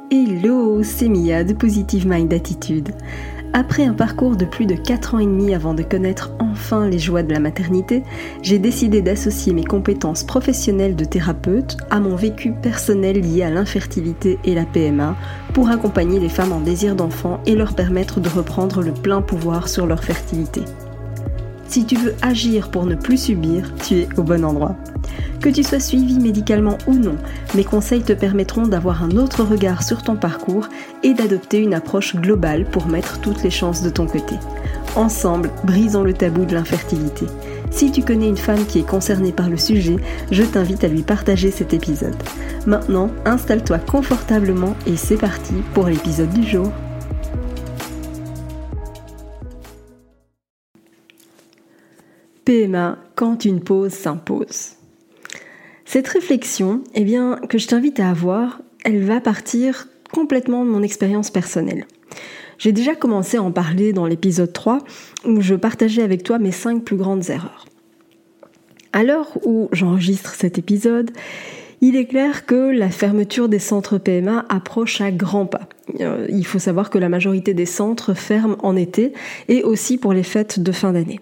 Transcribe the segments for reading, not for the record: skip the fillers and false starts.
Hello, c'est Mia de Positive Mind Attitude. Après un parcours de plus de 4 ans et demi avant de connaître enfin les joies de la maternité, j'ai décidé d'associer mes compétences professionnelles de thérapeute à mon vécu personnel lié à l'infertilité et la PMA pour accompagner les femmes en désir d'enfant et leur permettre de reprendre le plein pouvoir sur leur fertilité. Si tu veux agir pour ne plus subir, tu es au bon endroit. Que tu sois suivi médicalement ou non, mes conseils te permettront d'avoir un autre regard sur ton parcours et d'adopter une approche globale pour mettre toutes les chances de ton côté. Ensemble, brisons le tabou de l'infertilité. Si tu connais une femme qui est concernée par le sujet, je t'invite à lui partager cet épisode. Maintenant, installe-toi confortablement et c'est parti pour l'épisode du jour. PMA, quand une pause s'impose. Cette réflexion, que je t'invite à avoir, elle va partir complètement de mon expérience personnelle. J'ai déjà commencé à en parler dans l'épisode 3, où je partageais avec toi mes 5 plus grandes erreurs. À l'heure où j'enregistre cet épisode, il est clair que la fermeture des centres PMA approche à grands pas. Il faut savoir que la majorité des centres ferment en été et aussi pour les fêtes de fin d'année.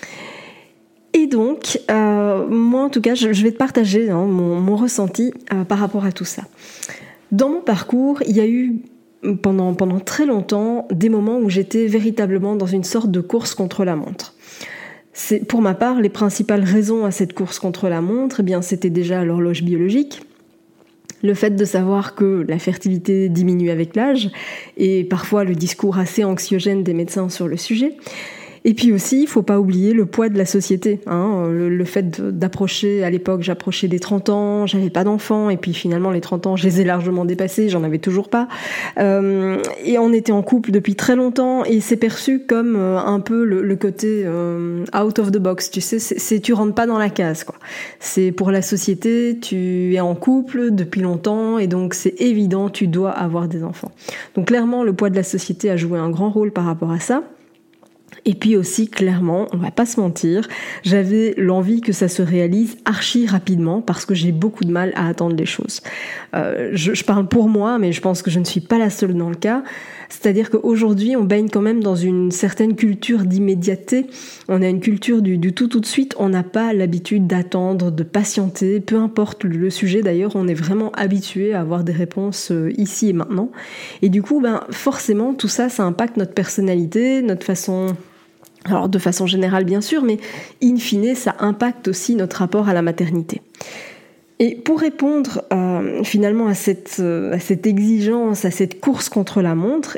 Et donc, moi en tout cas, je vais te partager mon ressenti par rapport à tout ça. Dans mon parcours, il y a eu pendant très longtemps des moments où j'étais véritablement dans une sorte de course contre la montre. C'est, pour ma part, les principales raisons à cette course contre la montre, c'était déjà l'horloge biologique, le fait de savoir que la fertilité diminue avec l'âge et parfois le discours assez anxiogène des médecins sur le sujet. Et puis aussi, il faut pas oublier le poids de la société. Le fait d'approcher, à l'époque, j'approchais des 30 ans, j'avais pas d'enfants, et puis finalement, les 30 ans, je les ai largement dépassés, j'en avais toujours pas. Et on était en couple depuis très longtemps, et c'est perçu comme un peu le côté out of the box, tu sais, tu rentres pas dans la case, quoi. C'est pour la société, tu es en couple depuis longtemps, et donc c'est évident, tu dois avoir des enfants. Donc clairement, le poids de la société a joué un grand rôle par rapport à ça. Et puis aussi, clairement, on va pas se mentir, j'avais l'envie que ça se réalise archi rapidement parce que j'ai beaucoup de mal à attendre les choses. Je parle pour moi, mais je pense que je ne suis pas la seule dans le cas. C'est-à-dire qu'aujourd'hui, on baigne quand même dans une certaine culture d'immédiateté. On a une culture du tout de suite. On n'a pas l'habitude d'attendre, de patienter. Peu importe le sujet, d'ailleurs, on est vraiment habitué à avoir des réponses ici et maintenant. Et du coup, forcément, tout ça, ça impacte notre personnalité, notre façon... Alors de façon générale bien sûr, mais in fine ça impacte aussi notre rapport à la maternité. Et pour répondre finalement à cette exigence, à cette course contre la montre,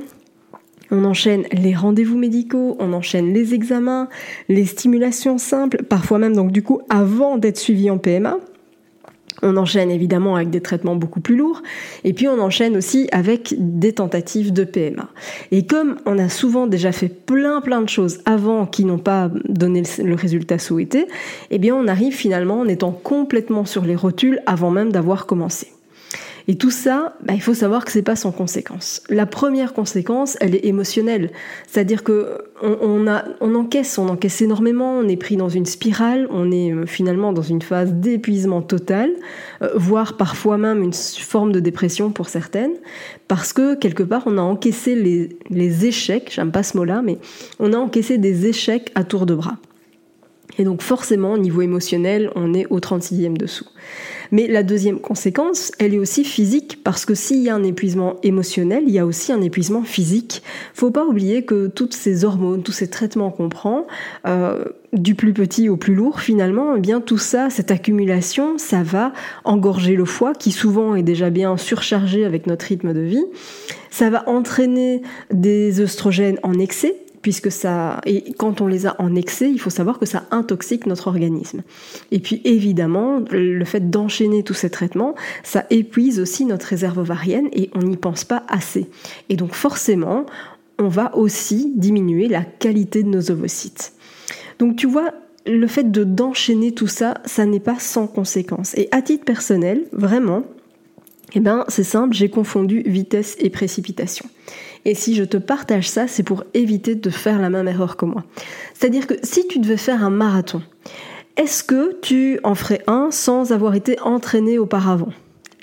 on enchaîne les rendez-vous médicaux, on enchaîne les examens, les stimulations simples, parfois même donc du coup avant d'être suivi en PMA. On enchaîne évidemment avec des traitements beaucoup plus lourds et puis on enchaîne aussi avec des tentatives de PMA. Et comme on a souvent déjà fait plein de choses avant qui n'ont pas donné le résultat souhaité, on arrive finalement en étant complètement sur les rotules avant même d'avoir commencé. Et tout ça, il faut savoir que c'est pas sans conséquence. La première conséquence, elle est émotionnelle. C'est-à-dire que on encaisse énormément, on est pris dans une spirale, on est finalement dans une phase d'épuisement total, voire parfois même une forme de dépression pour certaines, parce que quelque part on a encaissé les échecs, j'aime pas ce mot-là, mais on a encaissé des échecs à tour de bras. Et donc forcément, au niveau émotionnel, on est au 36e dessous. Mais la deuxième conséquence, elle est aussi physique, parce que s'il y a un épuisement émotionnel, il y a aussi un épuisement physique. Faut pas oublier que toutes ces hormones, tous ces traitements qu'on prend, du plus petit au plus lourd finalement, tout ça, cette accumulation, ça va engorger le foie, qui souvent est déjà bien surchargé avec notre rythme de vie. Ça va entraîner des œstrogènes en excès, et quand on les a en excès, il faut savoir que ça intoxique notre organisme. Et puis évidemment, le fait d'enchaîner tous ces traitements, ça épuise aussi notre réserve ovarienne et on n'y pense pas assez. Et donc forcément, on va aussi diminuer la qualité de nos ovocytes. Donc tu vois, le fait d'enchaîner tout ça, ça n'est pas sans conséquence. Et à titre personnel, vraiment, c'est simple, j'ai confondu vitesse et précipitation. Et si je te partage ça, c'est pour éviter de faire la même erreur que moi. C'est-à-dire que si tu devais faire un marathon, est-ce que tu en ferais un sans avoir été entraîné auparavant ?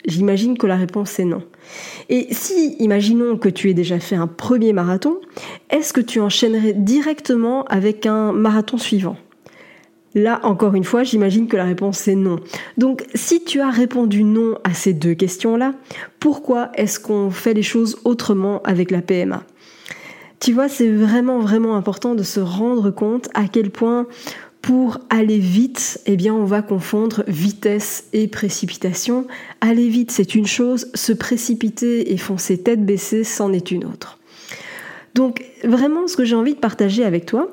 J'imagine que la réponse est non. Et si, imaginons que tu aies déjà fait un premier marathon, est-ce que tu enchaînerais directement avec un marathon suivant ? Là, encore une fois, j'imagine que la réponse est non. Donc, si tu as répondu non à ces deux questions-là, pourquoi est-ce qu'on fait les choses autrement avec la PMA ? Tu vois, c'est vraiment, vraiment important de se rendre compte à quel point pour aller vite, on va confondre vitesse et précipitation. Aller vite, c'est une chose, se précipiter et foncer tête baissée, c'en est une autre. Donc, vraiment, ce que j'ai envie de partager avec toi,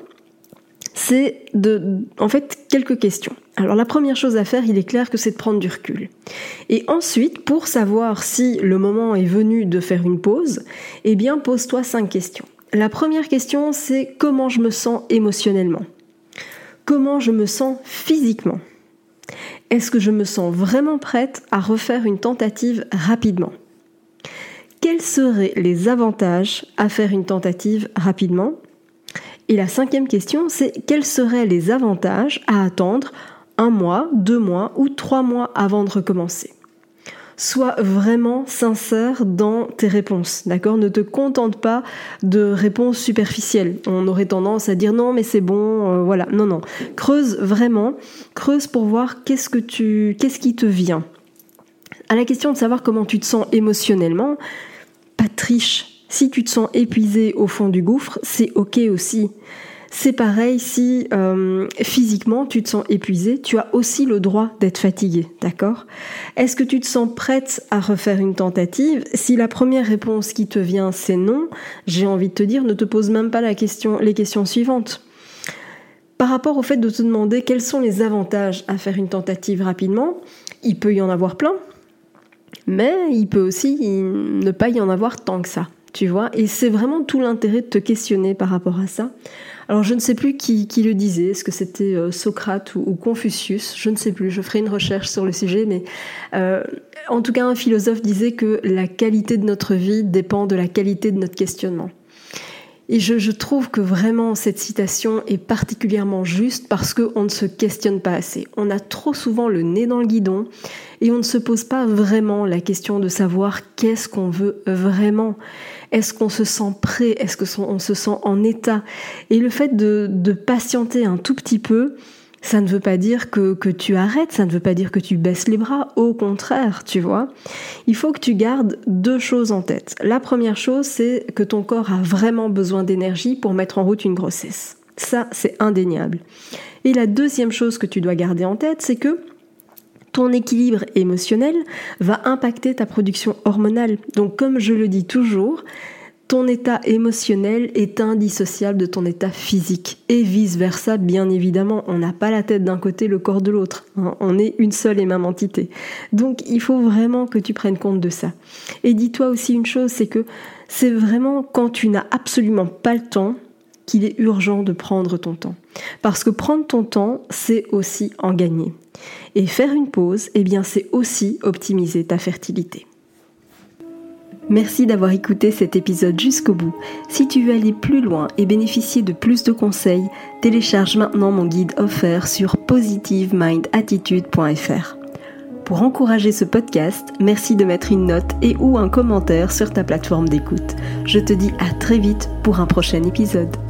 c'est quelques questions. Alors, la première chose à faire, il est clair que c'est de prendre du recul. Et ensuite, pour savoir si le moment est venu de faire une pause, pose-toi 5 questions. La première question, c'est comment je me sens émotionnellement ? Comment je me sens physiquement ? Est-ce que je me sens vraiment prête à refaire une tentative rapidement ? Quels seraient les avantages à faire une tentative rapidement ? Et la 5e question, c'est quels seraient les avantages à attendre 1 mois, 2 mois ou 3 mois avant de recommencer ? Sois vraiment sincère dans tes réponses, d'accord ? Ne te contente pas de réponses superficielles. On aurait tendance à dire non mais c'est bon, voilà. Non. Creuse vraiment, pour voir qu'est-ce qui te vient. À la question de savoir comment tu te sens émotionnellement, pas de triche. Si tu te sens épuisé au fond du gouffre, c'est ok aussi. C'est pareil si physiquement tu te sens épuisé, tu as aussi le droit d'être fatigué, d'accord ? Est-ce que tu te sens prête à refaire une tentative ? Si la première réponse qui te vient c'est non, j'ai envie de te dire ne te pose même pas les questions suivantes. Par rapport au fait de te demander quels sont les avantages à faire une tentative rapidement, il peut y en avoir plein, mais il peut aussi ne pas y en avoir tant que ça. Tu vois, et c'est vraiment tout l'intérêt de te questionner par rapport à ça. Alors je ne sais plus qui le disait, est-ce que c'était Socrate ou Confucius, je ne sais plus, je ferai une recherche sur le sujet, mais en tout cas un philosophe disait que la qualité de notre vie dépend de la qualité de notre questionnement. Et je trouve que vraiment cette citation est particulièrement juste parce qu'on ne se questionne pas assez. On a trop souvent le nez dans le guidon et on ne se pose pas vraiment la question de savoir qu'est-ce qu'on veut vraiment. Est-ce qu'on se sent prêt ? Est-ce qu'on se sent en état ? Et le fait de patienter un tout petit peu, ça ne veut pas dire que tu arrêtes, ça ne veut pas dire que tu baisses les bras, au contraire, tu vois. Il faut que tu gardes 2 choses en tête. La première chose, c'est que ton corps a vraiment besoin d'énergie pour mettre en route une grossesse. Ça, c'est indéniable. Et la deuxième chose que tu dois garder en tête, c'est que ton équilibre émotionnel va impacter ta production hormonale. Donc, comme je le dis toujours, ton état émotionnel est indissociable de ton état physique. Et vice-versa, bien évidemment. On n'a pas la tête d'un côté, le corps de l'autre. On est une seule et même entité. Donc, il faut vraiment que tu prennes compte de ça. Et dis-toi aussi une chose, c'est que c'est vraiment quand tu n'as absolument pas le temps qu'il est urgent de prendre ton temps. Parce que prendre ton temps, c'est aussi en gagner. Et faire une pause, c'est aussi optimiser ta fertilité. Merci d'avoir écouté cet épisode jusqu'au bout. Si tu veux aller plus loin et bénéficier de plus de conseils, télécharge maintenant mon guide offert sur positivemindattitude.fr. Pour encourager ce podcast, merci de mettre une note et ou un commentaire sur ta plateforme d'écoute. Je te dis à très vite pour un prochain épisode.